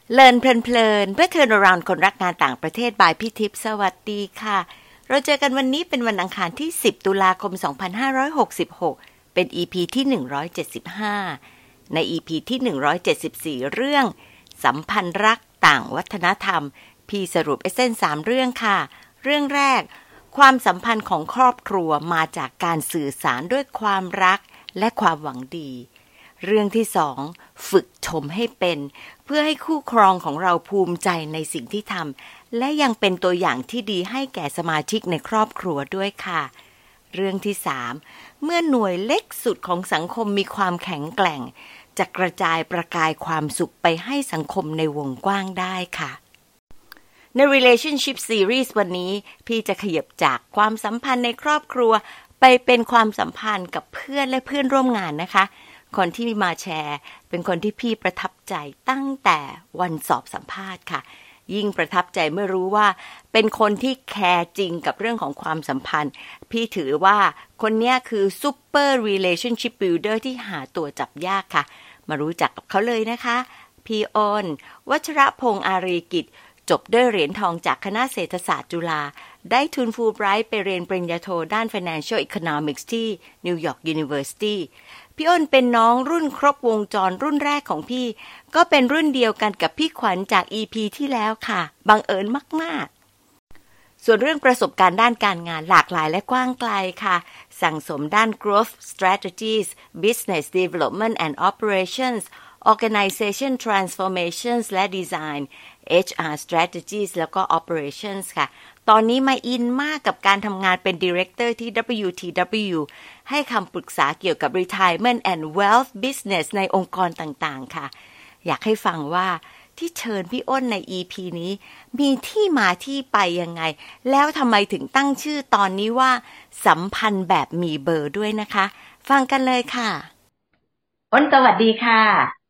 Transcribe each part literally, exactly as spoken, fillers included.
เลินเพลินๆเพื่อ Turn Around คนรักงานต่างประเทศบายพี่ทิพย์สวัสดีค่ะเราเจอกันวันนี้เป็นวันอังคารที่สิบตุลาคมสองพันห้าร้อยหกสิบหกเป็น อี พี ที่หนึ่งร้อยเจ็ดสิบห้าใน อี พี ที่หนึ่งร้อยเจ็ดสิบสี่เรื่องสัมพันธ์รักต่างวัฒนธรรมพี่สรุปเอเซนสามเรื่องค่ะเรื่องแรกความสัมพันธ์ของครอบครัวมาจากการสื่อสารด้วยความรักและความหวังดีเรื่องที่สองฝึกชมให้เป็นเพื่อให้คู่ครองของเราภูมิใจในสิ่งที่ทำและยังเป็นตัวอย่างที่ดีให้แก่สมาชิกในครอบครัวด้วยค่ะเรื่องที่สามเมื่อหน่วยเล็กสุดของสังคมมีความแข็งแกร่งจะกระจายประกายความสุขไปให้สังคมในวงกว้างได้ค่ะใน Relationship Series วันนี้พี่จะขยับจากความสัมพันธ์ในครอบครัวไปเป็นความสัมพันธ์กับเพื่อนและเพื่อนร่วมงานนะคะคนที่มาแชร์เป็นคนที่พี่ประทับใจตั้งแต่วันสอบสัมภาษณ์ค่ะยิ่งประทับใจเมื่อรู้ว่าเป็นคนที่แคร์จริงกับเรื่องของความสัมพันธ์พี่ถือว่าคนนี้คือ Super Relationship Builder ที่หาตัวจับยากค่ะมารู้จักกับเขาเลยนะคะพี่อ้นวัชรพงษ์อารีกิจจบด้วยเหรียญทองจากคณะเศรษฐศาสตร์จุฬาได้ทุนฟูลไบรท์ไปเรียนปริญญาโทด้าน Financial Economics ที่ New York University พี่อ้นเป็นน้องรุ่นครบวงจรรุ่นแรกของพี่ก็เป็นรุ่นเดียวกันกับพี่ขวัญจาก อี พี ที่แล้วค่ะบังเอิญมากๆส่วนเรื่องประสบการณ์ด้านการงานหลากหลายและกว้างไกลค่ะสั่งสมด้าน Growth Strategies Business Development and Operations Organization Transformations และ Design เอช อาร์ Strategies แล้วก็ Operations ค่ะตอนนี้มาอินมากกับการทำงานเป็น Director ที่ ดับเบิลยู ที ดับเบิลยู ให้คำปรึกษาเกี่ยวกับ Retirement and Wealth Business ในองค์กรต่างๆค่ะอยากให้ฟังว่าที่เชิญพี่อ้นใน อี พี นี้มีที่มาที่ไปยังไงแล้วทำไมถึงตั้งชื่อตอนนี้ว่าสัมพันธ์แบบมีเบอร์ด้วยนะคะฟังกันเลยค่ะอ้นสวัสดีค่ะ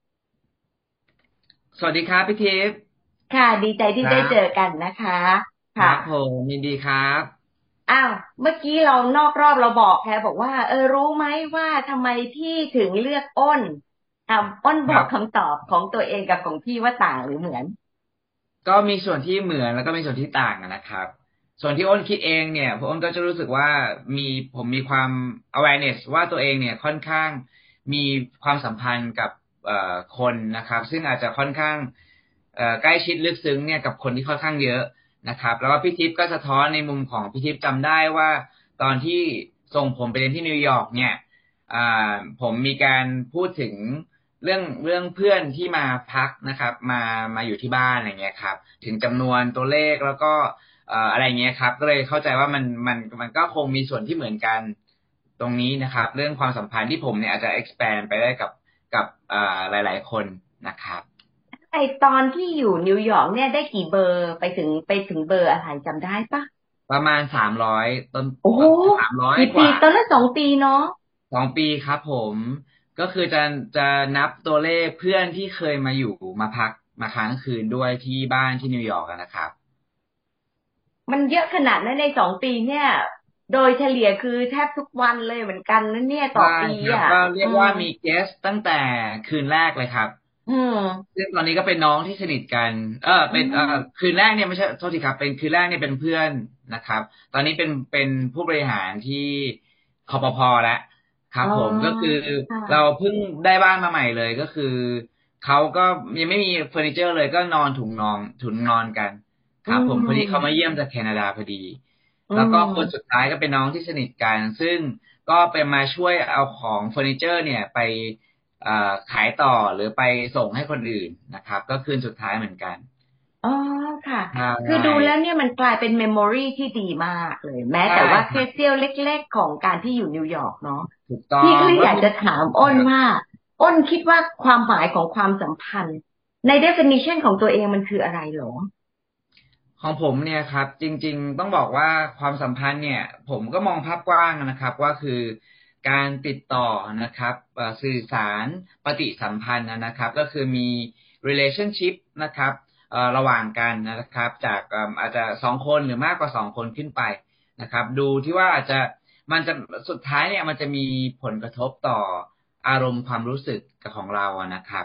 สวัสดีครับพี่ทิพย์ค่ะดีใจที่ได้เจอกันนะคะครับผมยินดีครับอ้าวเมื่อกี้เรานอกรอบเราบอกแค่บอกว่าเออรู้ไหมว่าทำไมพี่ถึงเลือกอ้นอ่าอ้นบอกคำตอบของตัวเองกับของพี่ว่าต่างหรือเหมือนก็มีส่วนที่เหมือนแล้วก็มีส่วนที่ต่างนะครับส่วนที่อ้นคิดเองเนี่ยอ้นก็จะรู้สึกว่ามีผมมีความ awareness ว่าตัวเองเนี่ยค่อนข้างมีความสัมพันธ์กับคนนะครับซึ่งอาจจะค่อนข้างใกล้ชิดลึกซึ้งเนี่ยกับคนที่ค่อนข้างเยอะนะครับแล้วก็พี่ทิพย์ก็สะท้อนในมุมของพี่ทิพย์จำได้ว่าตอนที่ส่งผมไปเรียนที่นิวยอร์กเนี่ยผมมีการพูดถึงเรื่องเรื่องเพื่อนที่มาพักนะครับมามาอยู่ที่บ้านอะไรเงี้ยครับถึงจำนวนตัวเลขแล้วก็อะไรเงี้ยครับก็เลยเข้าใจว่ามันมันมันก็คงมีส่วนที่เหมือนกันตรงนี้นะครับเรื่องความสัมพันธ์ที่ผมเนี่ยอาจจะ expand ไปได้กับกับหลายๆคนนะครับไอตอนที่อยู่นิวยอร์กเนี่ยได้กี่เบอร์ไปถึงไปถึงเบอร์อะไรจำได้ปะประมาณสามร้อยต้นโอ้สามร้อยกี่ปีตอนนั้นสองปีเนาะสองปีครับผมก็คือจะจะนับตัวเลขเพื่อนที่เคยมาอยู่มาพักมาค้างคืนด้วยที่บ้านที่นิวยอร์กนะครับมันเยอะขนาดนั้นในสองปีเนี่ยโดยเฉลี่ยคือแทบทุกวันเลยเหมือนกันนะเนี่ยต่อปีอ่ะก็เรียกว่ามีเกสตั้งแต่คืนแรกเลยครับอืมซึ่งตอนนี้ก็เป็นน้องที่สนิทกันเออเป็นเออคืนแรกเนี่ยไม่ใช่โทษทีครับเป็นคืนแรกเนี่ยเป็นเพื่อนนะครับตอนนี้เป็นเป็นผู้บริหารที่คปภ.แล้วครับผมก็คือเราเพิ่งได้บ้านมาใหม่เลยก็คือเขาก็ยังไม่มีเฟอร์นิเจอร์เลยก็นอนถุงนอนถุงนอนกันครับผมพอดีเขามาเยี่ยมจากแคนาดาพอดีแล้วก็คนสุดท้ายก็เป็นน้องที่สนิทกันซึ่งก็เป็นมาช่วยเอาของเฟอร์นิเจอร์เนี่ยไปขายต่อหรือไปส่งให้คนอื่นนะครับก็คืนสุดท้ายเหมือนกันอ๋อค่ะคือดูแล้วเนี่ยมันกลายเป็นเมมโมรีที่ดีมากเลยแม้แต่ว่าแค่เสี้ยวเล็กๆของการที่อยู่นิวยอร์กเนาะพี่ก็เลยอยากจะถามอ้นว่าอ้นคิดว่าความหมายของความสัมพันธ์ใน definition ของตัวเองมันคืออะไรหรอของผมเนี่ยครับจริงๆต้องบอกว่าความสัมพันธ์เนี่ยผมก็มองภาพกว้างนะครับว่าคือการติดต่อนะครับสื่อสารปฏิสัมพันธ์นะครับก็คือมี relationship นะครับระหว่างกันนะครับจากอาจจะสองคนหรือมากกว่าสองคนขึ้นไปนะครับดูที่ว่าอาจจะมันจะสุดท้ายเนี่ยมันจะมีผลกระทบต่ออารมณ์ความรู้สึกของเรานะครับ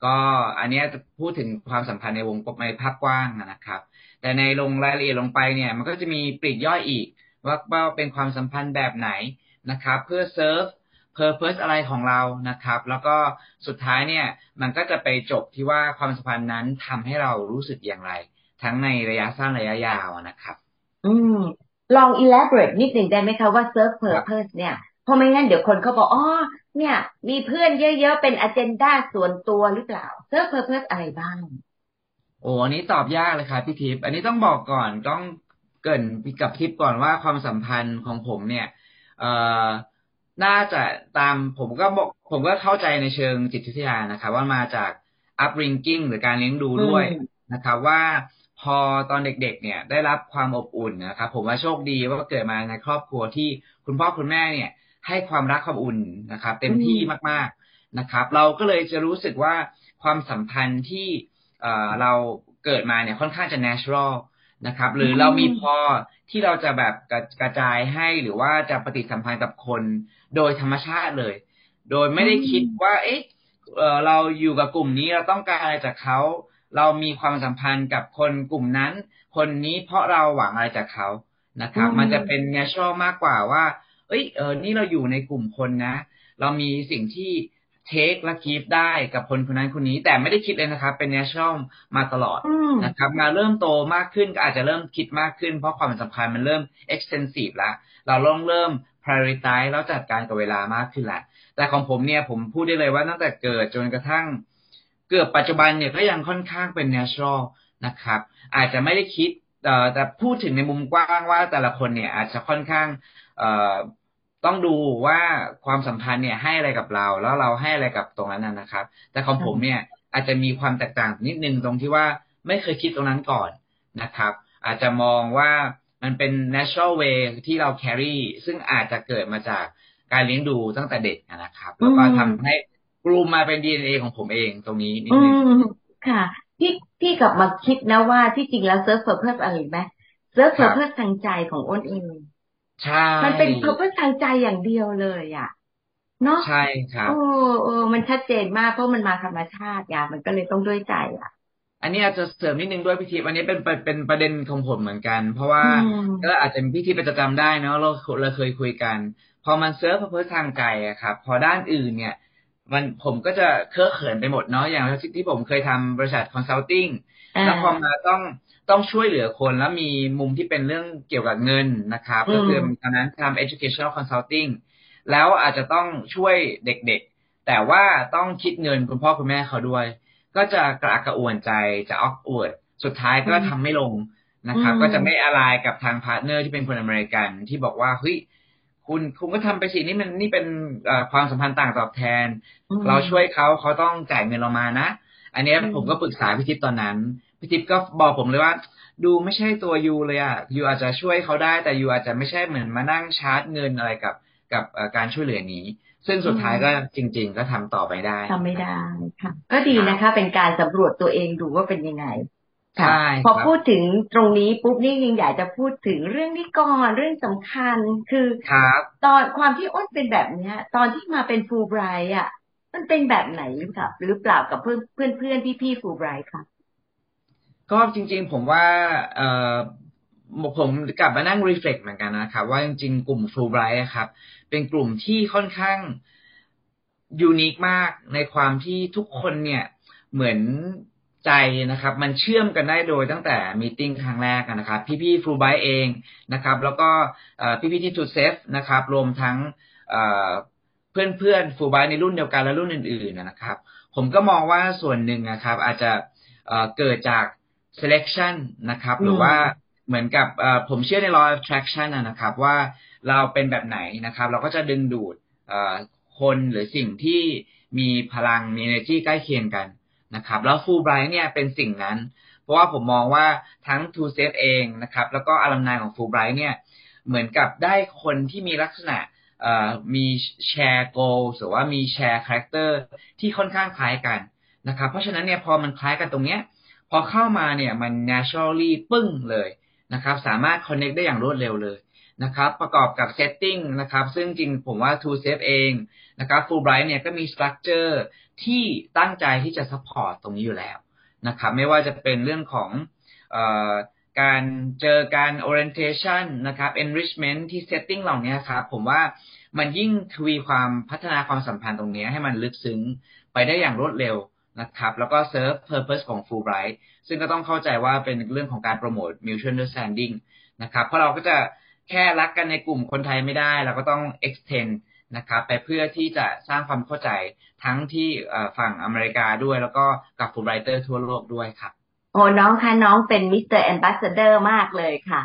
ก็อันนี้จะพูดถึงความสัมพันธ์ในวงกลมในภาพกว้างนะครับแต่ในลงรายละเอียดลงไปเนี่ยมันก็จะมีปลีกย่อยอีกว่าว่าเป็นความสัมพันธ์แบบไหนนะครับเพื่อเซิร์ฟpurpose อะไรของเรานะครับแล้วก็สุดท้ายเนี่ยมันก็จะไปจบที่ว่าความสัมพันธ์นั้นทำให้เรารู้สึกอย่างไรทั้งในระยะสั้นระยะยาวนะครับอืมลอง elaborate นิดหนึ่งได้ไหมคะว่า serve purpose เนี่ยเพราะไม่งั้นเดี๋ยวคนเขาบอกอ๋อเนี่ยมีเพื่อนเยอะๆเป็น agenda ส่วนตัวหรือเปล่า serve purpose อะไรบ้างโอ้อันนี้ตอบยากเลยครับพี่ทิพย์อันนี้ต้องบอกก่อนต้องเกริ่นกับทิพย์ก่อนว่าความสัมพันธ์ของผมเนี่ยเอ่อน่าจะตามผมก็บอกผมก็เข้าใจในเชิงจิตวิทยานะครับว่ามาจาก upbringing หรือการเลี้ยงดูด้วยนะครับว่าพอตอนเด็กๆเนี่ยได้รับความอบอุ่นนะครับผมว่าโชคดีว่าเกิดมาในครอบครัวที่คุณพ่อคุณแม่เนี่ยให้ความรักความอุ่นนะครับเต็มที่มากๆนะครับเราก็เลยจะรู้สึกว่าความสัมพันธ์ที่เอ่อเราเกิดมาเนี่ยค่อนข้างจะ natural นะครับหรือเรามีพอที่เราจะแบบกระจายให้หรือว่าจะปฏิสัมพันธ์กับคนโดยธรรมชาติเลยโดยไม่ได้คิดว่าเอ๊ะเอ่อเราอยู่กับกลุ่มนี้เราต้องการอะไรจากเขาเรามีความสัมพันธ์กับคนกลุ่มนั้นคนนี้เพราะเราหวังอะไรจากเขานะครับมันจะเป็น natural มากกว่าว่าเอ้ยเออนี่เราอยู่ในกลุ่มคนนะเรามีสิ่งที่เทคและกีฟได้กับคนคนนั้นคนนี้แต่ไม่ได้คิดเลยนะครับเป็น natural มาตลอดนะครับมาเริ่มโตมากขึ้นก็อาจจะเริ่มคิดมากขึ้นเพราะความสัมพันธ์มันเริ่ม extensive แล้วเราเริ่มเริ่ม prioritize แล้วจัดการกับเวลามากขึ้นละแต่ของผมเนี่ยผมพูดได้เลยว่าตั้งแต่เกิดจนกระทั่งเกือบปัจจุบันเนี่ยก็ยังค่อนข้างเป็น natural นะครับอาจจะไม่ได้คิดแต่พูดถึงในมุมกว้างว่าแต่ละคนเนี่ยอาจจะค่อนข้างต้องดูว่าความสัมพันธ์เนี่ยให้อะไรกับเราแล้วเราให้อะไรกับตรงนั้นนะครับแต่ของผมเนี่ยอาจจะมีความแตกต่างนิดนึงตรงที่ว่าไม่เคยคิดตรงนั้นก่อนนะครับอาจจะมองว่ามันเป็น natural way ที่เรา carry ซึ่งอาจจะเกิดมาจากการเลี้ยงดูตั้งแต่เด็กนะครับแล้วก็ทำให้กลูมมาเป็น ดี เอ็น เอ ของผมเองตรงนี้นิดนึงค่ะพี่พี่กลับมาคิดนะว่าที่จริงแล้ว serve purpose อะไรไหม serve purpose ทางใจของอ้นเองใช่มันเป็น purpose ทางใจอย่างเดียวเลยอ่ะเนาะใช่ครับโอ้โอ้มันชัดเจนมากเพราะมันมาธรรมชาติอ่ะมันก็เลยต้องด้วยใจอ่ะอันนี้อาจจะเสริมนิดนึงด้วยพิธีอันนี้เป็นเป็นประเด็นของผมเหมือนกันเพราะว่าก็อาจจะพิธีประจำได้เนาะเราเราเคยคุยกันพอมันเซิร์ฟเพื่อทางใจอะครับพอด้านอื่นเนี่ยมันผมก็จะเคอะเขินไปหมดเนาะอย่างที่ผมเคยทำบริษัทคอนซัลทิงแล้วพอมาต้องต้องช่วยเหลือคนแล้วมีมุมที่เป็นเรื่องเกี่ยวกับเงินนะครับก็คือตอนนั้นทำ educational consulting แล้วอาจจะต้องช่วยเด็กๆแต่ว่าต้องคิดเงินคุณพ่อคุณแม่เขาด้วยก็จะกระอักกระอ่วนใจจะออกอวดสุดท้ายก็ทำไม่ลงนะครับก็จะไม่อะไรกับทางพาร์ทเนอร์ที่เป็นคนอเมริกันที่บอกว่าเฮ้ยคุณคุณก็ทำไปสินี่มันนี่เป็นความสัมพันธ์ต่างตอบแทนเราช่วยเขาเขาต้องจ่ายเงินเรามานะอันนี้ผมก็ปรึกษาพี่ทิพย์ตอนนั้นพี่ทิพย์ก็บอกผมเลยว่าดูไม่ใช่ตัวยูเลยอ่ะยูอาจจะช่วยเขาได้แต่ยูอาจจะไม่ใช่เหมือนมานั่งชาร์จเงินอะไรกับกับการช่วยเหลือนี้ซึ่งสุดท้ายก็จริงๆก็ทำต่อไปได้ทำไม่ได้ค่ะก็ดีนะคะเป็นการสำรวจตัวเองดูว่าเป็นยังไงค่ะพอพูดถึงตรงนี้ปุ๊บนี่ยังอยากจะพูดถึงเรื่องนี้ก่อนเรื่องสำคัญคือตอนความที่อ้นเป็นแบบเนี้ยตอนที่มาเป็นฟูลไบรท์อ่ะมันเป็นแบบไหนหรือเปล่าหรือเปล่ากับเพื่อนเพื่อนเพื่อนพี่พี่ฟูลไบรท์ค่ะก็จริงๆผมว่าเอ่อผมกลับมานั่งรีเฟล็กเหมือนกันนะครับว่าจริงๆกลุ่มฟูลไบรท์ครับเป็นกลุ่มที่ค่อนข้างยูนิคมากในความที่ทุกคนเนี่ยเหมือนใจนะครับมันเชื่อมกันได้โดยตั้งแต่มีติ้งครั้งแรกนะครับพี่ๆฟูลไบรท์เองนะครับแล้วก็พี่ๆที่ทูเซฟนะครับรวมทั้งเพื่อนๆฟูลไบรท์ในรุ่นเดียวกันและรุ่นอื่นๆนะครับผมก็มองว่าส่วนหนึ่งนะครับอาจจะเกิดจาก selection นะครับหรือว่าเหมือนกับผมเชื่อใน law of attraction นะครับว่าเราเป็นแบบไหนนะครับเราก็จะดึงดูดคนหรือสิ่งที่มีพลังมี energy ใกล้เคียงกันนะครับแล้ว Fulbright เนี่ยเป็นสิ่งนั้นเพราะว่าผมมองว่าทั้ง ทูเซฟ เองนะครับแล้วก็อลัมไนของ Fulbright เนี่ยเหมือนกับได้คนที่มีลักษณะมีแชร์ goal หรือว่ามีแชร์ character ที่ค่อนข้างคล้ายกันนะครับเพราะฉะนั้นเนี่ยพอมันคล้ายกันตรงเนี้ยพอเข้ามาเนี่ยมัน naturally ปึ้งเลยนะครับสามารถ connect ได้อย่างรวดเร็วเลยนะครับประกอบกับ setting นะครับซึ่งจริงผมว่า ทู เซฟ เองนะครับ Fulbright เนี่ยก็มี structure ที่ตั้งใจที่จะ support ตรงนี้อยู่แล้วนะครับไม่ว่าจะเป็นเรื่องของเอ่อการเจอการ orientation นะครับ enrichment ที่ setting เหล่านี้ครับผมว่ามันยิ่งทวีความพัฒนาความสัมพันธ์ตรงนี้ให้มันลึกซึ้งไปได้อย่างรวดเร็วนะครับแล้วก็ serve purpose ของ Fulbright ซึ่งก็ต้องเข้าใจว่าเป็นเรื่องของการโปรโมท mutual understanding นะครับเพราะเราก็จะแค่รักกันในกลุ่มคนไทยไม่ได้เราก็ต้อง extend นะครับไปเพื่อที่จะสร้างความเข้าใจทั้งที่ฝั่งอเมริกาด้วยแล้วก็กับ Fulbrighter ทั่วโลกด้วยครับโอ้น้องคะน้องเป็นมิสเตอร์แอมบาสเดอร์มากเลยค่ะ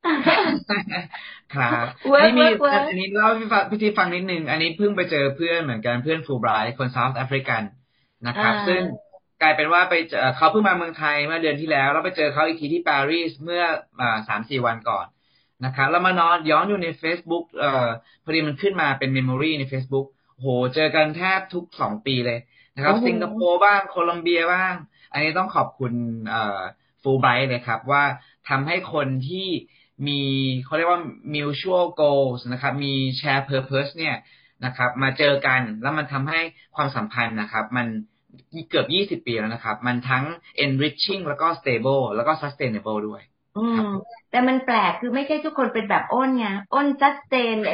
ครับอันนี้มีอันนี้เล่าพี่ฟังพี่ที่ฟังนิดนึงอันนี้เพิ่งไปเจอเพื่อนเหมือนกันเพื่อน Fulbright คน South African นะครับซึ่งกลายเป็นว่าไปเขาเพิ่งมาเมืองไทยเมื่อเดือนที่แล้วแล้วไปเจอเขาอีกทีที่ปารีสเมื่อ สามสี่ วันก่อนนะครับแล้วมานอนย้อนอยู่ใน Facebook เอ่อพอดีมันขึ้นมาเป็นเมมโมรีใน Facebook โหเจอกันแทบทุกสองปีเลยนะครับสิงคโปร์บ้างโคลอมเบียบ้างอันนี้ต้องขอบคุณเอ่อ Fulbright เลยครับว่าทำให้คนที่มีเขาเรียกว่า mutual goals นะครับมี share purpose เนี่ยนะครับมาเจอกันแล้วมันทำให้ความสัมพันธ์นะครับมันเกือบยี่สิบปีแล้วนะครับมันทั้ง enriching แล้วก็ stable แล้วก็ sustainable ด้วยอืมแต่มันแปลกคือไม่ใช่ทุกคนเป็นแบบอ้นไงอ้น sustain ไอ้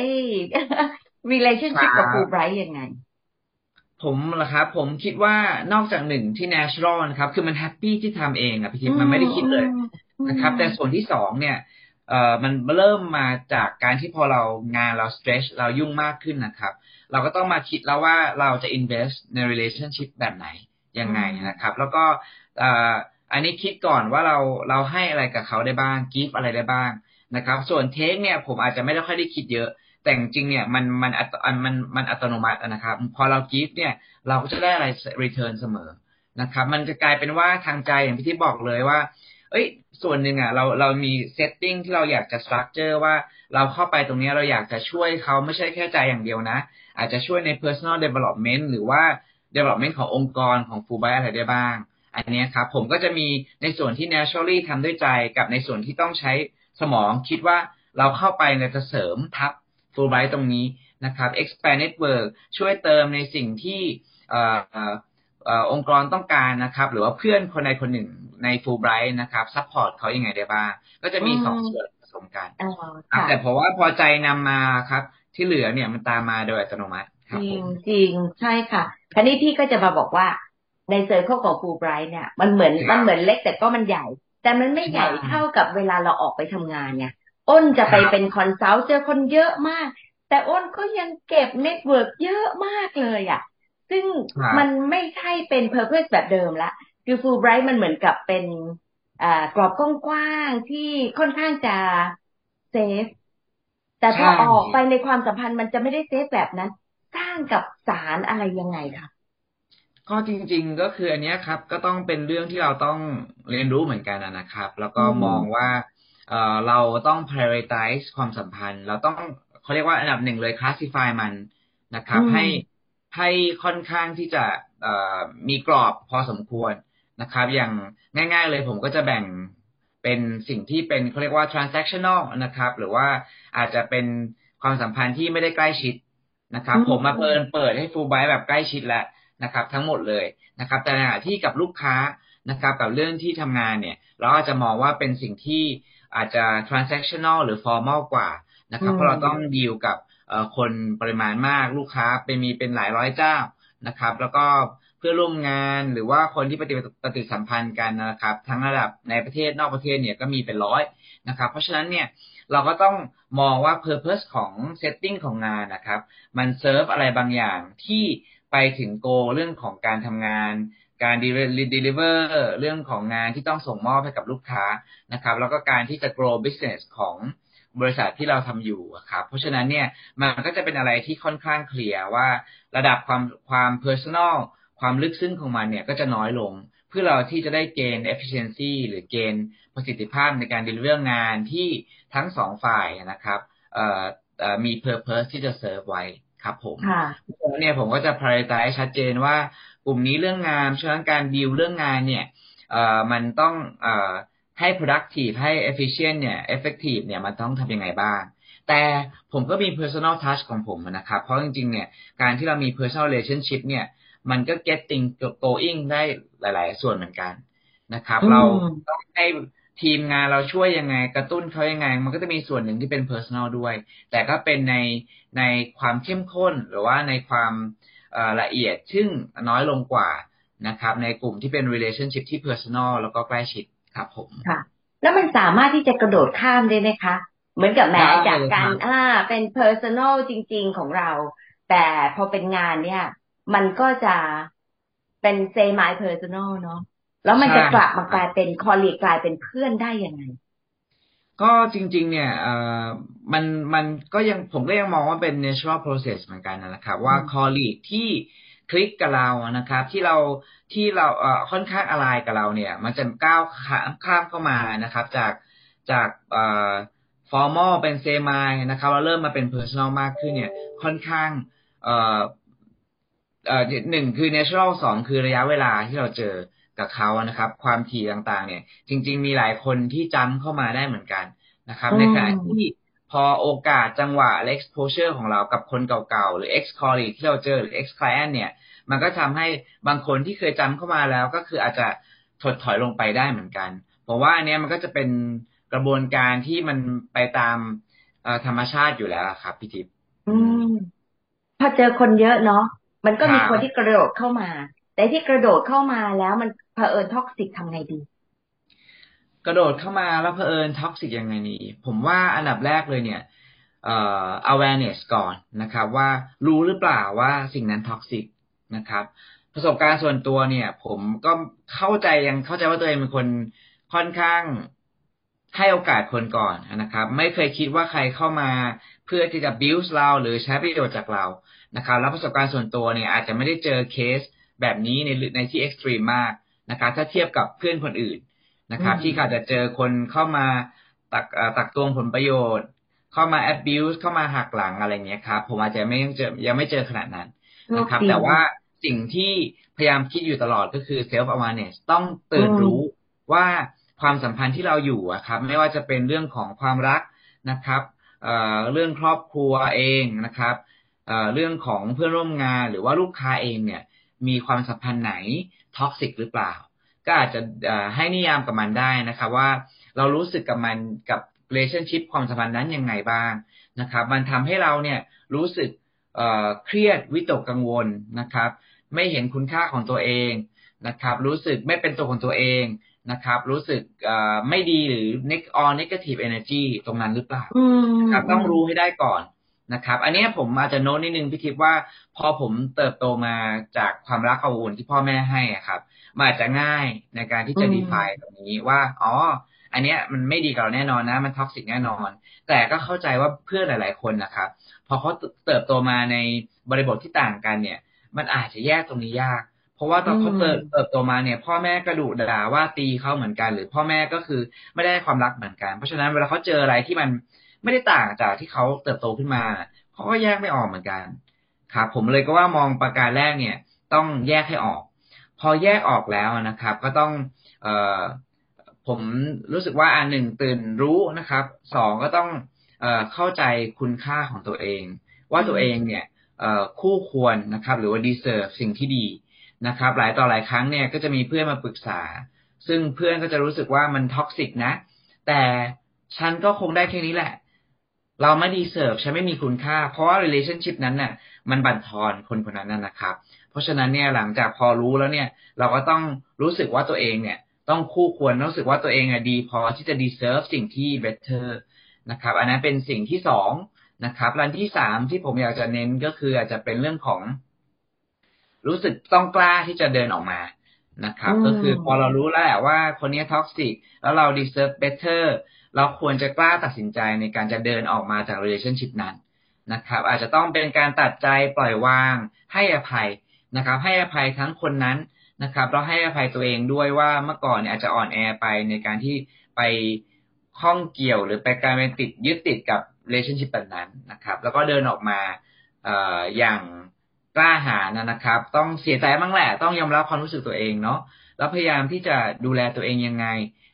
relationship กับ Fulbright ยังไงผมล่ะครับผมคิดว่านอกจากหนึ่งที่ natural นะครับคือมันแฮปปี้ที่ทำเองอ่ะพี่ทิพย์มันไม่ได้คิดเลยนะครับแต่ส่วนที่สองเนี่ยเอ่อมันเริ่มมาจากการที่พอเรางานเรา stretch เรายุ่งมากขึ้นนะครับเราก็ต้องมาคิดแล้วว่าเราจะ invest ใน relationship แบบไหนยังไงนะครับแล้วก็เอ่ออันนี้คิดก่อนว่าเราเราให้อะไรกับเขาได้บ้าง give อะไรได้บ้างนะครับส่วน take เนี่ยผมอาจจะไม่ได้ค่อยได้คิดเยอะแต่จริงเนี่ยมันมันมันมันอัตโนมัตินะครับพอเรา give เนี่ยเราก็จะได้อะไร return เสมอนะครับมันจะกลายเป็นว่าทางใจอย่างที่บอกเลยว่าเอ้ยส่วนหนึ่งอ่ะเราเรามี setting ที่เราอยากจะ structure ว่าเราเข้าไปตรงนี้เราอยากจะช่วยเขาไม่ใช่แค่ใจอย่างเดียวนะอาจจะช่วยใน personal development หรือว่า development ขององค์กรของ Fulbright อะไรได้บ้างอันนี้ครับผมก็จะมีในส่วนที่ naturally ทำด้วยใจกับในส่วนที่ต้องใช้สมองคิดว่าเราเข้าไปเนี่ยจะเสริมทับ Fulbright ตรงนี้นะครับ expand network ช่วยเติมในสิ่งที่เอ่อเอ่อองค์กรต้องการนะครับหรือว่าเพื่อนคนใดคนหนึ่งใน Fulbright นะครับ support เขายังไงได้บ้างก็จะมีสองส่วนผสมกันแต่เพราะว่าพอใจนำมาครับที่เหลือเนี่ยมันตามมาโดยอัตโนมัติจริงจริงใช่ค่ะคราวนี้พี่ก็จะมาบอกว่าในเซอร์เคิลของ Fulbright เนี่ยมันเหมือนมันเหมือนเล็กแต่ก็มันใหญ่แต่มันไม่ใหญ่เท่ากับเวลาเราออกไปทำงานเนี่ยอ้นจะไปเป็นคอนซัลท์เจอคนเยอะมากแต่อ้นก็ยังเก็บเน็ตเวิร์กเยอะมากเลยอ่ะซึ่งมันไม่ใช่เป็นเพอร์เพสแบบเดิมละคือ Fulbright มันเหมือนกับเป็นอ่ากรอบกว้างๆที่ค่อนข้างจะเซฟแต่พอออกไปในความสัมพันธ์มันจะไม่ได้เซฟแบบนั้นสร้างกับสารอะไรยังไงคะก็จริงๆก็คืออันนี้ครับก็ต้องเป็นเรื่องที่เราต้องเรียนรู้เหมือนกันนะครับแล้วก็มองว่าเอ่อเราต้อง prioritize ความสัมพันธ์เราต้องเขาเรียกว่าอันดับหนึ่งเลย classify มันนะครับให้ให้ค่อนข้างที่จะเอ่อมีกรอบพอสมควรนะครับอย่างง่ายๆเลยผมก็จะแบ่งเป็นสิ่งที่เป็นเขาเรียกว่า transactional นะครับหรือว่าอาจจะเป็นความสัมพันธ์ที่ไม่ได้ใกล้ชิดนะครับผมมาเปิดเปิดให้ Fulbright แบบใกล้ชิดแล้วนะครับทั้งหมดเลยนะครับแต่ในขณะที่กับลูกค้านะครับกับเรื่องที่ทำงานเนี่ยเราอาจจะมองว่าเป็นสิ่งที่อาจจะ transactional หรือ formal กว่านะครับเพราะเราต้องดีลกับคนปริมาณมากลูกค้าเป็นมีเป็นหลายร้อยเจ้านะครับแล้วก็เพื่อร่วมงานหรือว่าคนที่ปฏิปฏิสัมพันธ์กันนะครับทั้งระดับในประเทศนอกประเทศเนี่ยก็มีเป็นร้อยนะครับเพราะฉะนั้นเนี่ยเราก็ต้องมองว่า purpose ของ setting ของงานนะครับมัน serve อะไรบางอย่างที่ไปถึงโกเรื่องของการทำงานการ deliver เรื่องของงานที่ต้องส่งมอบให้กับลูกค้านะครับแล้วก็การที่จะ grow business ของบริษัทที่เราทำอยู่ครับเพราะฉะนั้นเนี่ยมันก็จะเป็นอะไรที่ค่อนข้างเคลียร์ว่าระดับความความ personal ความลึกซึ้งของมันเนี่ยก็จะน้อยลงเพื่อเราที่จะได้เกณฑ์ efficiency หรือเกณฑ์ประสิทธิภาพในการ deliver งานที่ทั้งสองฝ่ายนะครับเอ่อเอ่อมี purpose ที่จะ serve ไว้ครับผมเนี่ยผมก็จะ prioritize ชัดเจนว่ากลุ่มนี้เรื่องงานฉะนั้นการดีลเรื่องงานเนี่ยเอ่อมันต้องเอ่อให้ productive ให้ efficient เนี่ย effective เนี่ยมันต้องทำยังไงบ้างแต่ผมก็มี personal touch ของผมนะครับเพราะจริงๆเนี่ยการที่เรามี personal relationship เนี่ยมันก็ getting going ได้หลายๆส่วนเหมือนกันนะครับเราต้องให้ทีมงานเราช่วยยังไงกระตุ้นเขายังไงมันก็จะมีส่วนหนึ่งที่เป็น personal ด้วยแต่ก็เป็นในในความเข้มข้นหรือว่าในความละเอียดซึ่งน้อยลงกว่านะครับในกลุ่มที่เป็น relationship ที่ personal แล้วก็ใกล้ชิดครับผมค่ะแล้วมันสามารถที่จะกระโดดข้ามได้ไหมคะเหมือนกับแม้จากการอ่าเป็น personal จริงๆของเราแต่พอเป็นงานเนี่ยมันก็จะเป็น semi personal เนาะแล้วมันจะกลับมากลายเป็น colleague กลายเป็นเพื่อนได้ยังไงก็จริงๆเนี่ยเอ่อมันมันก็ยังผมก็ยังมองว่าเป็น natural process เหมือนกันนะครับว่า colleague ที่คลิกกับเรานะครับที่เราที่เราเอ่อค่อนข้างอะไรกับเราเนี่ยมันจะก้าวข้ามข้ามเข้ามานะครับจากจากเอ่อ formal เป็น semi นะครับเราเริ่มมาเป็น personal มากขึ้นเนี่ยค่อนข้างเอ่อเอ่อหนึ่งคือ natural สองคือระยะเวลาที่เราเจอกับเขานะครับความถี่ต่างๆเนี่ยจริงๆมีหลายคนที่จำเข้ามาได้เหมือนกันนะครับในขณะที่พอโอกาสจังหวะและ exposure ของเรากับคนเก่าๆหรือ ex colleague ที่เราเจอหรือ ex client เนี่ยมันก็ทำให้บางคนที่เคยจำเข้ามาแล้วก็คืออาจจะถดถอยลงไปได้เหมือนกันเพราะว่าอันนี้มันก็จะเป็นกระบวนการที่มันไปตามธรรมชาติอยู่แล้วครับพี่ทิพย์พอเจอคนเยอะเนาะมันก็มีคนที่กระโดดเข้ามาแต่ที่กระโดดเข้ามาแล้วมันเผอิญท็อกซิกทำไงดีกระโดดเข้ามาแล้วเผอิญท็อกซิกยังไงดีผมว่าอันดับแรกเลยเนี่ยเอ่อ awareness ก่อนนะครับว่ารู้หรือเปล่าว่าสิ่งนั้นท็อกซิกนะครับประสบการณ์ส่วนตัวเนี่ยผมก็เข้าใจยังเข้าใจว่าตัวเองเป็นคนค่อนข้างให้โอกาสคนก่อนนะครับไม่เคยคิดว่าใครเข้ามาเพื่อที่จะ build เราหรือใช้ประโยชน์จากเรานะครับแล้วประสบการณ์ส่วนตัวเนี่ยอาจจะไม่ได้เจอเคสแบบนี้ในในที่ extreme มากนะครับถ้าเทียบกับเพื่อนคนอื่นนะครับที่อาจจะเจอคนเข้ามาตักตักตวงผลประโยชน์เข้ามา abuse เข้ามาหักหลังอะไรเงี้ยครับผมอาจจะไม่ยังเจอยังไม่เจอขนาดนั้นนะครับแต่ว่าสิ่งที่พยายามคิดอยู่ตลอดก็คือ self awareness ต้องตื่นรู้ว่าความสัมพันธ์ที่เราอยู่อะครับไม่ว่าจะเป็นเรื่องของความรักนะครับเอ่อเรื่องครอบครัวเองนะครับเอ่อเรื่องของเพื่อนร่วมงานหรือว่าลูกค้าเองเนี่ยมีความสัมพันธ์ไหนท็อกซิกหรือเปล่าก็อาจจะให้นิยามกับมันได้นะครับว่าเรารู้สึกกับมันกับ relationship ความสัมพันธ์นั้นยังไงบ้างนะครับมันทำให้เราเนี่ยรู้สึกเอ่อเครียดวิตกกังวลนะครับไม่เห็นคุณค่าของตัวเองนะครับรู้สึกไม่เป็นตัวของตัวเองนะครับรู้สึกเอ่อไม่ดีหรือ negative energy ตรงนั้นหรือเปล่านะครับต้องรู้ให้ได้ก่อนนะครับอันนี้ผมอาจจะโน้ตนิดนึงพี่ทิพย์ว่าพอผมเติบโตมาจากความรักความอบอุ่นที่พ่อแม่ให้อะครับมันอาจจะง่ายในการที่จะ define ตรงนี้ว่าอ๋ออันเนี้ยมันไม่ดีกับเราแน่นอนนะมันท็อกซิกแน่นอนแต่ก็เข้าใจว่าเพื่อนหลายๆคนนะครับพอเขาเติบโตมาในบริบทที่ต่างกันเนี่ยมันอาจจะแยกตรงนี้ยากเพราะว่าตอนเขาเติบเติบโตมาเนี่ยพ่อแม่กระดุด่าว่าตีเขาเหมือนกันหรือพ่อแม่ก็คือไม่ได้ความรักเหมือนกันเพราะฉะนั้นเวลาเขาเจออะไรที่มันไม่ได้ต่างจากที่เขาเติบโตขึ้นมาเขาก็แยกไม่ออกเหมือนกันครับผมเลยก็ว่ามองประการแรกเนี่ยต้องแยกให้ออกพอแยกออกแล้วนะครับก็ต้องเอ่อผมรู้สึกว่าอันหนึ่งตื่นรู้นะครับสองก็ต้องเอ่อเข้าใจคุณค่าของตัวเองว่าตัวเองเนี่ยเอ่อคู่ควรนะครับหรือว่า deserve สิ่งที่ดีนะครับหลายต่อหลายครั้งเนี่ยก็จะมีเพื่อนมาปรึกษาซึ่งเพื่อนก็จะรู้สึกว่ามันท็อกซิกนะแต่ฉันก็คงได้แค่นี้แหละเราไม่ดีเซิร์ฟฉันไม่มีคุณค่าเพราะว่า relationship นั้นน่ะมันบั่นทอนคนคนนั้นนะครับเพราะฉะนั้นเนี่ยหลังจากพอรู้แล้วเนี่ยเราก็ต้องรู้สึกว่าตัวเองเนี่ยต้องคู่ควรรู้สึกว่าตัวเองอ่ะดีพอที่จะ deserve สิ่งที่ better นะครับอันนั้นเป็นสิ่งที่สองนะครับอันที่สามที่ผมอยากจะเน้นก็คืออาจจะเป็นเรื่องของรู้สึกต้องกล้าที่จะเดินออกมานะครับก็คือพอเรารู้แล้วแหละว่าคนนี้ท็อกซิกแล้วเรา deserve better เราควรจะกล้าตัดสินใจในการจะเดินออกมาจาก relationship นั้นนะครับอาจจะต้องเป็นการตัดใจปล่อยวางให้อภัยนะครับให้อภัยทั้งคนนั้นนะครับแล้วให้อภัยตัวเองด้วยว่าเมื่อก่อนเนี่ยอาจจะอ่อนแอไปในการที่ไปข้องเกี่ยวหรือไปการเป็นติดยึดติดกับ relationship แบบนั้นนะครับแล้วก็เดินออกมาเอ่ออย่างกล้าหาญนะครับต้องเสียใจบ้างแหละต้องยอมรับความรู้สึกตัวเองเนาะแล้วพยายามที่จะดูแลตัวเองยังไง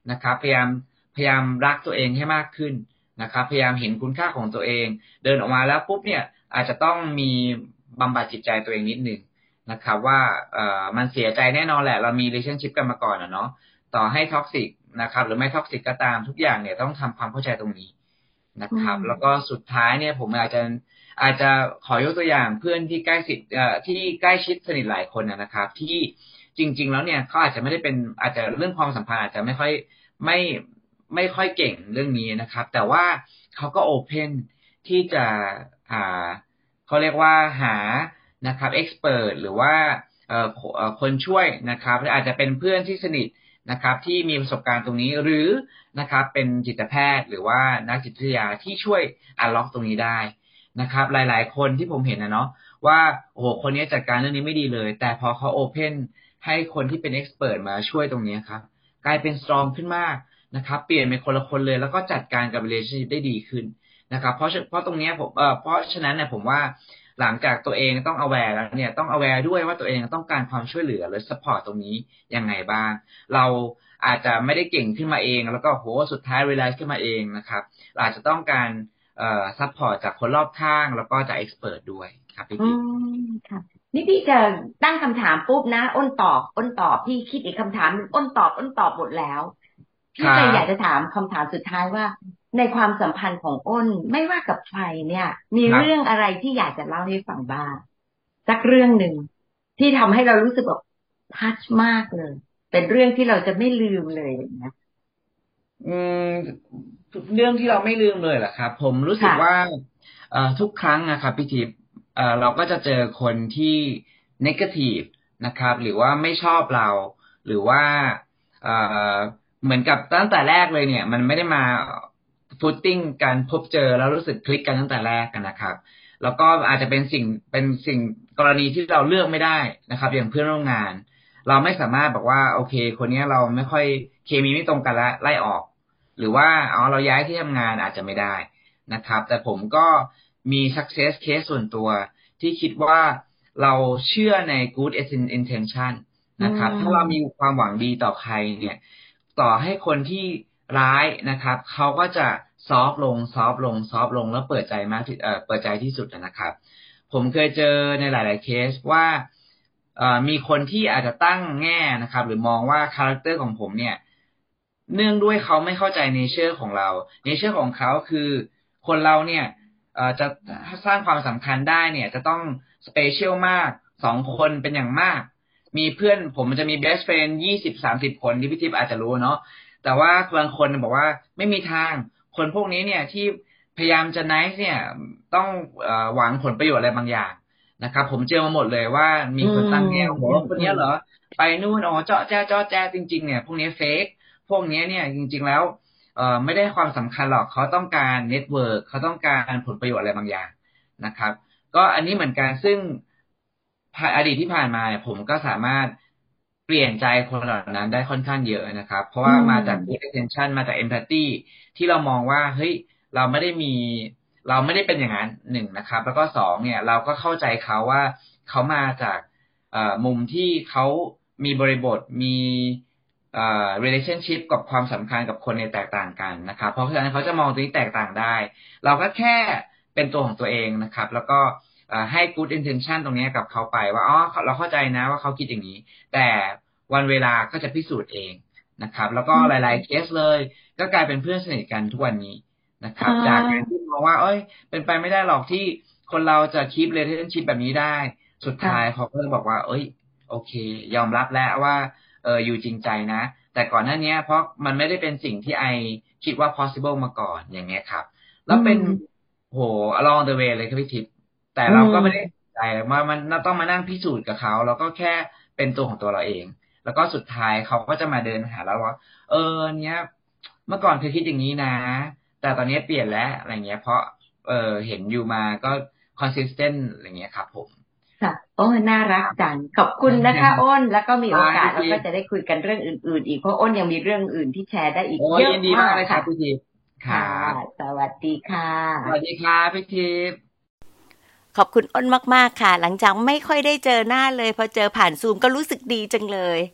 นะครับพยายามพยายามรักตัวเองให้มากขึ้นนะครับพยายามเห็นคุณค่าของตัวเองเดินออกมาแล้วปุ๊บเนี่ยอาจจะต้องมีบำบัดจิตใจตัวเองนิดนึงนะครับว่าเอ่อมันเสียใจแน่นอนแหละเรามี relationship กันมาก่อนอ่ะเนาะต่อให้ท็อกซิกนะครับหรือไม่ท็อกซิกก็ตามทุกอย่างเนี่ยต้องทำความเข้าใจตรงนี้นะครับแล้วก็สุดท้ายเนี่ยผมอาจจะอาจจะขอยกตัวอย่างเพื่อนที่ใกล้ชิดเอ่อที่ใกล้ชิดสนิทหลายคนนะครับที่จริงๆแล้วเนี่ยเขาอาจจะไม่ได้เป็นอาจจะเรื่องความสัมพันธ์อาจจะไม่ค่อยไม่ไม่ค่อยเก่งเรื่องนี้นะครับแต่ว่าเขาก็โอเพนที่จะอ่าเขาเรียกว่าหานะครับเอ็กซ์เพิร์ทหรือว่าเอ่อคนช่วยนะครับอาจจะเป็นเพื่อนที่สนิทนะครับที่มีประสบการณ์ตรงนี้หรือนะครับเป็นจิตแพทย์หรือว่านักจิตวิทยาที่ช่วยอันล็อกตรงนี้ได้นะครับหลายๆคนที่ผมเห็นนะเนาะว่าโอ้โหคนนี้จัดการเรื่องนี้ไม่ดีเลยแต่พอเขาโอเพนให้คนที่เป็นเอ็กซ์เพิร์ทมาช่วยตรงนี้ครับกลายเป็นสตรองขึ้นมากนะครับเปลี่ยนเป็นคนละคนเลยแล้วก็จัดการกับ relationship ได้ดีขึ้นนะครับเพราะเพราะตรงนี้ผมเอ่อเพราะฉะนั้นเนี่ยผมว่าหลังจากตัวเองต้อง aware แล้วเนี่ยต้อง aware ด้วยว่าตัวเองต้องการความช่วยเหลือหรือ support ตรงนี้ยังไงบ้างเราอาจจะไม่ได้เก่งขึ้นมาเองแล้วก็โหสุดท้าย realize ขึ้นมาเองนะครับอาจจะต้องการเอ่อ support จากคนรอบข้างแล้วก็จาก expert ด้วยครับพี่กิ๊กค่ะนี่พี่จะตั้งคำถามปุ๊บนะอ้นตอบอ้นตอบพี่คิดอีกคำถามนึงอ้นตอบอ้นตอบหมดแล้วพี่เลยอยากจะถามคำถามสุดท้ายว่าในความสัมพันธ์ของอ้นไม่ว่ากับใครเนี่ยมีเรื่องอะไรที่อยากจะเล่าให้ฟังบ้างสักเรื่องหนึ่งที่ทำให้เรารู้สึกแบบทัชมากเลยเป็นเรื่องที่เราจะไม่ลืมเลยอย่างเงี้ยอืมเรื่องที่เราไม่ลืมเลยเหรอครับผมรู้สึกว่าเอ่อทุกครั้งนะครับพี่ทิพย์เอ่อเราก็จะเจอคนที่ negative นะครับหรือว่าไม่ชอบเราหรือว่าเอ่อเหมือนกับตั้งแต่แรกเลยเนี่ยมันไม่ได้มาฟุตติ้งการพบเจอแล้วรู้สึกคลิกกันตั้งแต่แรกกันนะครับแล้วก็อาจจะเป็นสิ่งเป็นสิ่งกรณีที่เราเลือกไม่ได้นะครับอย่างเพื่อนร่วมงานเราไม่สามารถบอกว่าโอเคคนนี้เราไม่ค่อยเคมีไม่ตรงกันแล้วไล่ออกหรือว่าอ๋อเราย้ายที่ทำงานอาจจะไม่ได้นะครับแต่ผมก็มี success case ส่วนตัวที่คิดว่าเราเชื่อใน good intention นะครับถ้าเรามีความหวังดีต่อใครเนี่ยต่อให้คนที่ร้ายนะครับเขาก็จะซอฟลงซอฟลงซอฟลงแล้วเปิดใจมากที่เอ่อเปิดใจที่สุดนะครับผมเคยเจอในหลายๆเคสว่าเอ่อมีคนที่อาจจะตั้งแง่นะครับหรือมองว่าคาแรคเตอร์ของผมเนี่ยเนื่องด้วยเขาไม่เข้าใจเนเจอร์ของเราเนเจอร์ของเขาคือคนเราเนี่ยเอ่อจะสร้างความสำคัญได้เนี่ยจะต้องสเปเชียลมากสองคนเป็นอย่างมากมีเพื่อนผมมันจะมี best friend ยี่สิบ สามสิบคนที่พี่ทิพย์อาจจะรู้เนาะแต่ว่าบางคนบอกว่าไม่มีทางคนพวกนี้เนี่ยที่พยายามจะ nice เนี่ยต้องเอ่อหวังผลประโยชน์อะไรบางอย่างนะครับผมเจอมาหมดเลยว่ามีคนตั้งแง่บอกว่าคนนี้เหรอไปนู่นอ๋อเจาะแจ้เจาะแจ้จริงๆเนี่ยพวกนี้เฟกพวกนี้เนี่ยจริงๆแล้วเอ่อไม่ได้ความสำคัญหรอกเขาต้องการเน็ตเวิร์กเขาต้องการผลประโยชน์อะไรบางอย่างนะครับก็อันนี้เหมือนกันซึ่งอดีตที่ผ่านมาเนี่ยผมก็สามารถเปลี่ยนใจคนเหล่านั้นได้ค่อนข้างเยอะนะครับเพราะว่ามาจาก good intention มาจาก empathy ที่เรามองว่าเฮ้ยเราไม่ได้มีเราไม่ได้เป็นอย่างนั้นหนึ่งนะครับแล้วก็สองเนี่ยเราก็เข้าใจเขาว่าเขามาจากมุมที่เขามีบริบทมีเอ่อ relationship กับความสำคัญกับคนในแตกต่างกันนะครับเพราะฉะนั้นเขาจะมองตรงนี้แตกต่างได้เราก็แค่เป็นตัวของตัวเองนะครับแล้วก็ให้ good intention ตรงนี้กับเขาไปว่าอ๋อเราเข้าใจนะว่าเขาคิดอย่างนี้แต่วันเวลาก็จะพิสูจน์เองนะครับแล้วก็หลายๆเคสเลยก็กลายเป็นเพื่อนสนิทกันทุกวันนี้นะครับจากการที่มองว่าเอ้ยเป็นไปไม่ได้หรอกที่คนเราจะคีป relationship แบบนี้ได้สุดท้ายเขาก็จะบอกว่าเอ้ยโอเคยอมรับแล้วว่าเอออยู่จริงใจนะแต่ก่อนหน้านี้เพราะมันไม่ได้เป็นสิ่งที่ไอคิดว่า possible มาก่อนอย่างเงี้ยครับแล้วเป็นโห along the way เลยครับพี่ทิพย์แต่เราก็ไม่ได้ใจว่ามันต้องมานั่งพิสูจน์กับเขาเราก็แค่เป็นตัวของตัวเราเองแล้วก็สุดท้ายเขาก็จะมาเดินหาเราว่าเออเนี้ยเมื่อก่อนเคยคิดอย่างนี้นะแต่ตอนนี้เปลี่ยนแล้วอะไรเงี้ยเพราะเออเห็นอยู่มาก็ consistent อะไรเงี้ยครับผมค่ะโอ้น่ารักจังขอบคุณนะคะอ้นแล้วก็มีโอกาสเราก็จะได้คุยกันเรื่องอื่นๆอีกเพราะอ้นยังมีเรื่องอื่นที่แชร์ได้อีกเยอะมากเลยค่ะพี่ทิพย์ค่ะสวัสดีค่ะสวัสดีค่ะพี่ทิพย์ขอบคุณอ้นมากๆค่ะหลังจากไม่ค่อยได้เจอหน้าเลยพอเจอผ่านซูมก็รู้สึกดีจังเลย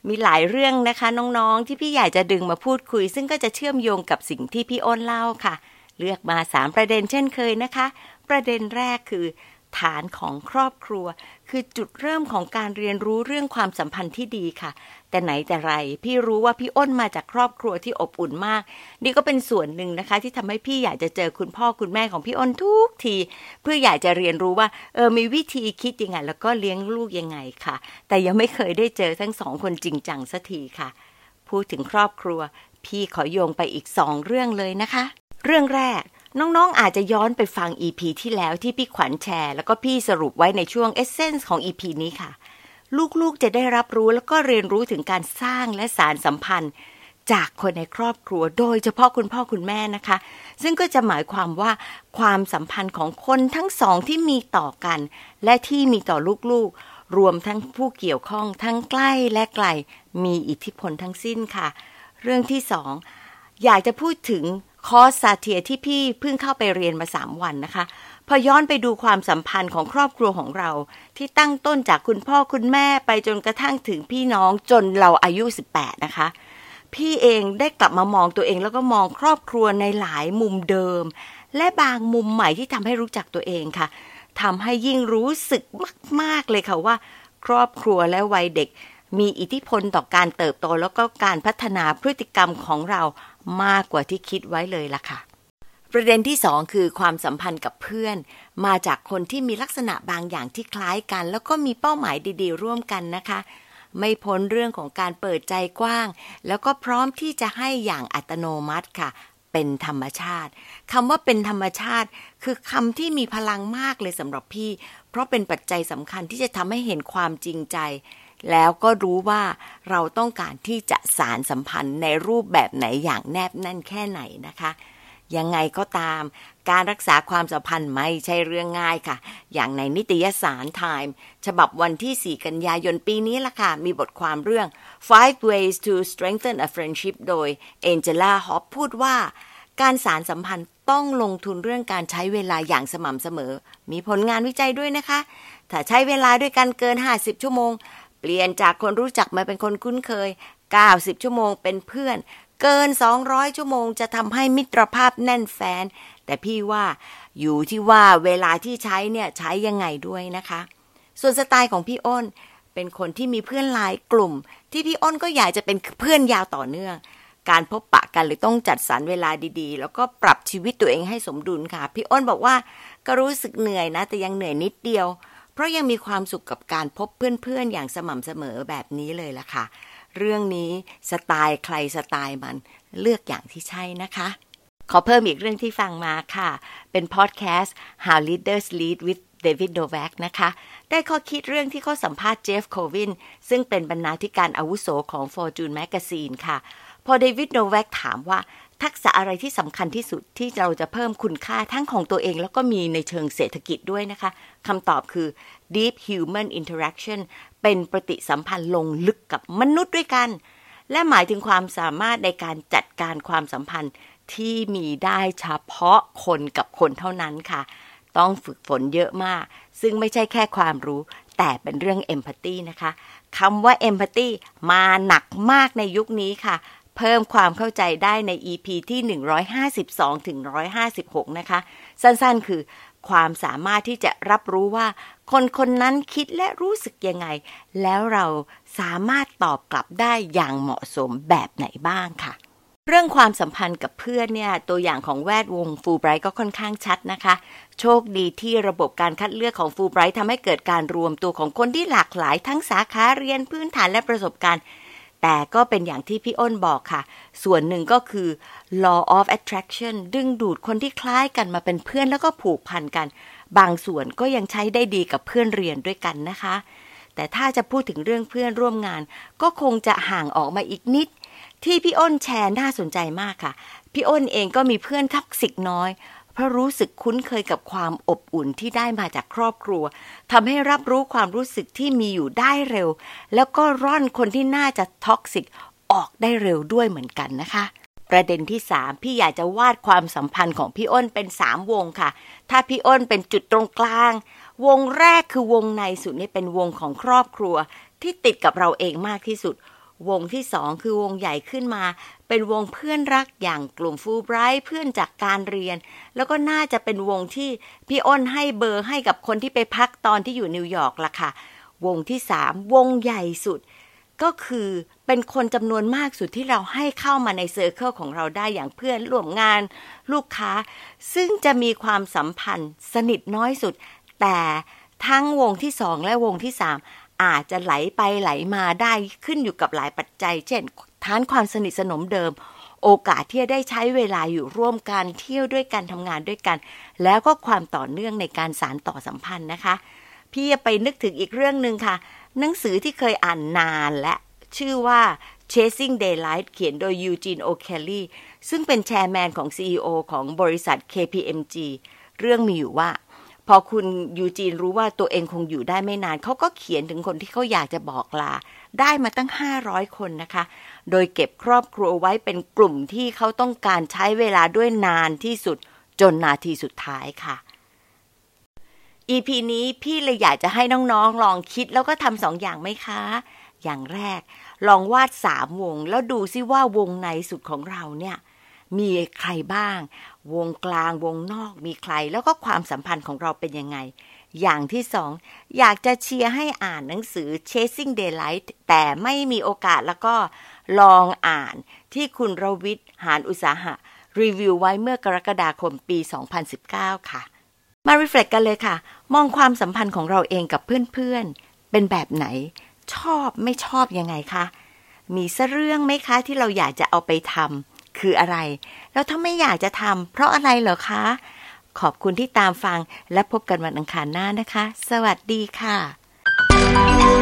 มีหลายเรื่องนะคะน้องๆที่พี่อยากจะดึงมาพูดคุยซึ่งก็จะเชื่อมโยงกับสิ่งที่พี่อ้นเล่าค่ะเลือกมาสามประเด็นเช่นเคยนะคะประเด็นแรกคือฐานของครอบครัวคือจุดเริ่มของการเรียนรู้เรื่องความสัมพันธ์ที่ดีค่ะแต่ไหนแต่ไรพี่รู้ว่าพี่อ้นมาจากครอบครัวที่อบอุ่นมากนี่ก็เป็นส่วนหนึ่งนะคะที่ทำให้พี่อยากจะเจอคุณพ่อคุณแม่ของพี่อ้นทุกทีเพื่ออยากจะเรียนรู้ว่าเออมีวิธีคิดยังไงแล้วก็เลี้ยงลูกยังไงค่ะแต่ยังไม่เคยได้เจอทั้งสองคนจริงจังสักทีค่ะพูดถึงครอบครัวพี่ขอโยงไปอีกสองเรื่องเลยนะคะเรื่องแรกน้องๆอาจจะย้อนไปฟัง อี พี ที่แล้วที่พี่ขวัญแชร์แล้วก็พี่สรุปไว้ในช่วง Essence ของ อี พี นี้ค่ะลูกๆจะได้รับรู้แล้วก็เรียนรู้ถึงการสร้างและสานสัมพันธ์จากคนในครอบครัวโดยเฉพาะคุณพ่อคุณแม่นะคะซึ่งก็จะหมายความว่าความสัมพันธ์ของคนทั้งสองที่มีต่อกันและที่มีต่อลูกๆรวมทั้งผู้เกี่ยวข้องทั้งใกล้และไกลมีอิทธิพลทั้งสิ้นค่ะเรื่องที่สองอยากจะพูดถึงคอร์สซาเทียที่พี่เพิ่งเข้าไปเรียนมาสามวันนะคะพอย้อนไปดูความสัมพันธ์ของครอบครัวของเราที่ตั้งต้นจากคุณพ่อคุณแม่ไปจนกระทั่งถึงพี่น้องจนเราอายุสิบแปดนะคะพี่เองได้กลับมามองตัวเองแล้วก็มองครอบครัวในหลายมุมเดิมและบางมุมใหม่ที่ทำให้รู้จักตัวเองค่ะทำให้ยิ่งรู้สึกมากๆเลยค่ะว่าครอบครัวและวัยเด็กมีอิทธิพลต่อการเติบโตแล้วก็การพัฒนาพฤติกรรมของเรามากกว่าที่คิดไว้เลยล่ะค่ะประเด็นที่สองคือความสัมพันธ์กับเพื่อนมาจากคนที่มีลักษณะบางอย่างที่คล้ายกันแล้วก็มีเป้าหมายดีๆร่วมกันนะคะไม่พ้นเรื่องของการเปิดใจกว้างแล้วก็พร้อมที่จะให้อย่างอัตโนมัติค่ะเป็นธรรมชาติคำว่าเป็นธรรมชาติคือคำที่มีพลังมากเลยสำหรับพี่เพราะเป็นปัจจัยสำคัญที่จะทำให้เห็นความจริงใจแล้วก็รู้ว่าเราต้องการที่จะสานสัมพันธ์ในรูปแบบไหนอย่างแนบแน่นแค่ไหนนะคะยังไงก็ตามการรักษาความสัมพันธ์ไม่ใช่เรื่องง่ายค่ะอย่างในนิตยสาร Time ฉบับวันที่สี่กันยายนปีนี้ล่ะค่ะมีบทความเรื่อง five ways to strengthen a friendship โดย Angela Hopp พูดว่าการสานสัมพันธ์ต้องลงทุนเรื่องการใช้เวลาอย่างสม่ำเสมอมีผลงานวิจัยด้วยนะคะถ้าใช้เวลาด้วยกันเกินห้าสิบชั่วโมงเปลี่ยนจากคนรู้จักมาเป็นคนคุ้นเคยเก้าสิบชั่วโมงเป็นเพื่อนเกินสองร้อยชั่วโมงจะทำให้มิตรภาพแน่นแฟ้นแต่พี่ว่าอยู่ที่ว่าเวลาที่ใช้เนี่ยใช้ยังไงด้วยนะคะส่วนสไตล์ของพี่อ้นเป็นคนที่มีเพื่อนหลายกลุ่มที่พี่อ้นก็อยากจะเป็นเพื่อนยาวต่อเนื่องการพบปะกันเลยต้องจัดสรรเวลาดีๆแล้วก็ปรับชีวิตตัวเองให้สมดุลค่ะพี่อ้นบอกว่าก็รู้สึกเหนื่อยนะแต่ยังเหนื่อยนิดเดียวเพราะยังมีความสุขกับการพบเพื่อนๆอย่างสม่ำเสมอแบบนี้เลยล่ะค่ะเรื่องนี้สไตล์ใครสไตล์มันเลือกอย่างที่ใช่นะคะขอเพิ่มอีกเรื่องที่ฟังมาค่ะเป็นพอดแคสต์ How Leaders Lead with David Novak นะคะได้ข้อคิดเรื่องที่เขาสัมภาษณ์เจฟโควินซึ่งเป็นบรรณาธิการอาวุโสของ Fortune Magazine ค่ะพอเดวิดโนแวคถามว่าทักษะอะไรที่สำคัญที่สุดที่เราจะเพิ่มคุณค่าทั้งของตัวเองแล้วก็มีในเชิงเศรษฐกิจด้วยนะคะคำตอบคือ Deep Human Interaction เป็นปฏิสัมพันธ์ลงลึกกับมนุษย์ด้วยกันและหมายถึงความสามารถในการจัดการความสัมพันธ์ที่มีได้เฉพาะคนกับคนเท่านั้นค่ะต้องฝึกฝนเยอะมากซึ่งไม่ใช่แค่ความรู้แต่เป็นเรื่อง Empathy นะคะคำว่า Empathy มาหนักมากในยุคนี้ค่ะเพิ่มความเข้าใจได้ใน อี พี ที่หนึ่งร้อยห้าสิบสองถึงหนึ่งร้อยห้าสิบหกนะคะสั้นๆคือความสามารถที่จะรับรู้ว่าคนคนนั้นคิดและรู้สึกยังไงแล้วเราสามารถตอบกลับได้อย่างเหมาะสมแบบไหนบ้างค่ะเรื่องความสัมพันธ์กับเพื่อนเนี่ยตัวอย่างของแวดวงฟูลไบรท์ก็ค่อนข้างชัดนะคะโชคดีที่ระบบการคัดเลือกของฟูลไบรท์ทำให้เกิดการรวมตัวของคนที่หลากหลายทั้งสาขาเรียนพื้นฐานและประสบการณ์แต่ก็เป็นอย่างที่พี่อ้นบอกค่ะส่วนหนึ่งก็คือ law of attraction ดึงดูดคนที่คล้ายกันมาเป็นเพื่อนแล้วก็ผูกพันกันบางส่วนก็ยังใช้ได้ดีกับเพื่อนเรียนด้วยกันนะคะแต่ถ้าจะพูดถึงเรื่องเพื่อนร่วมงานก็คงจะห่างออกมาอีกนิดที่พี่อ้นแชร์น่าสนใจมากค่ะพี่อ้นเองก็มีเพื่อนท็อกซิกน้อยเพราะรู้สึกคุ้นเคยกับความอบอุ่นที่ได้มาจากครอบครัวทำให้รับรู้ความรู้สึกที่มีอยู่ได้เร็วแล้วก็ร่อนคนที่น่าจะท็อกซิกออกได้เร็วด้วยเหมือนกันนะคะประเด็นที่สามพี่อยากจะวาดความสัมพันธ์ของพี่อ้นเป็นสามวงค่ะถ้าพี่อ้นเป็นจุดตรงกลางวงแรกคือวงในสุดนี่เป็นวงของครอบครัวที่ติดกับเราเองมากที่สุดวงที่สองคือวงใหญ่ขึ้นมาเป็นวงเพื่อนรักอย่างกลุ่มฟูลไบรท์เพื่อนจากการเรียนแล้วก็น่าจะเป็นวงที่พี่อ้นให้เบอร์ให้กับคนที่ไปพักตอนที่อยู่นิวยอร์กล่ะค่ะวงที่สามวงใหญ่สุดก็คือเป็นคนจำนวนมากสุดที่เราให้เข้ามาในเซอร์เคิลของเราได้อย่างเพื่อนร่วมงานลูกค้าซึ่งจะมีความสัมพันธ์สนิทน้อยสุดแต่ทั้งวงที่สองและวงที่สามอาจจะไหลไปไหลมาได้ขึ้นอยู่กับหลายปัจจัยเช่นฐานความสนิทสนมเดิมโอกาสที่จะได้ใช้เวลาอยู่ร่วมกันเที่ยวด้วยกันทำงานด้วยกันแล้วก็ความต่อเนื่องในการสานต่อสัมพันธ์นะคะพี่ไปนึกถึงอีกเรื่องนึงค่ะหนังสือที่เคยอ่านนานและชื่อว่า Chasing Daylight เขียนโดย Eugene O'Kelly ซึ่งเป็นแชร์แมนของ ซี อี โอ ของบริษัท เค พี เอ็ม จี เรื่องมีอยู่ว่าพอคุณยูจีนรู้ว่าตัวเองคงอยู่ได้ไม่นานเขาก็เขียนถึงคนที่เขาอยากจะบอกลาได้มาตั้งห้าร้อยคนนะคะโดยเก็บครอบครัวไว้เป็นกลุ่มที่เขาต้องการใช้เวลาด้วยนานที่สุดจนนาทีสุดท้ายค่ะ อี พี นี้พี่เลยอยากจะให้น้องๆลองคิดแล้วก็ทำสองอย่างไหมคะอย่างแรกลองวาดสามวงแล้วดูซิว่าวงในสุดของเราเนี่ยมีใครบ้างวงกลางวงนอกมีใครแล้วก็ความสัมพันธ์ของเราเป็นยังไงอย่างที่สองอยากจะเชียร์ให้อ่านหนังสือ Chasing Daylight แต่ไม่มีโอกาสแล้วก็ลองอ่านที่คุณรวิทย์หานอุตสาหะรีวิวไว้เมื่อกรกฎาคมปีสองพันสิบเก้าค่ะมารีเฟล็กกันเลยค่ะมองความสัมพันธ์ของเราเองกับเพื่อนๆเป็นแบบไหนชอบไม่ชอบยังไงคะมีสักเรื่องไหมคะที่เราอยากจะเอาไปทำคืออะไรแล้วถ้าไม่อยากจะทำเพราะอะไรเหรอคะขอบคุณที่ตามฟังและพบกันวันอังคารหน้านะคะสวัสดีค่ะ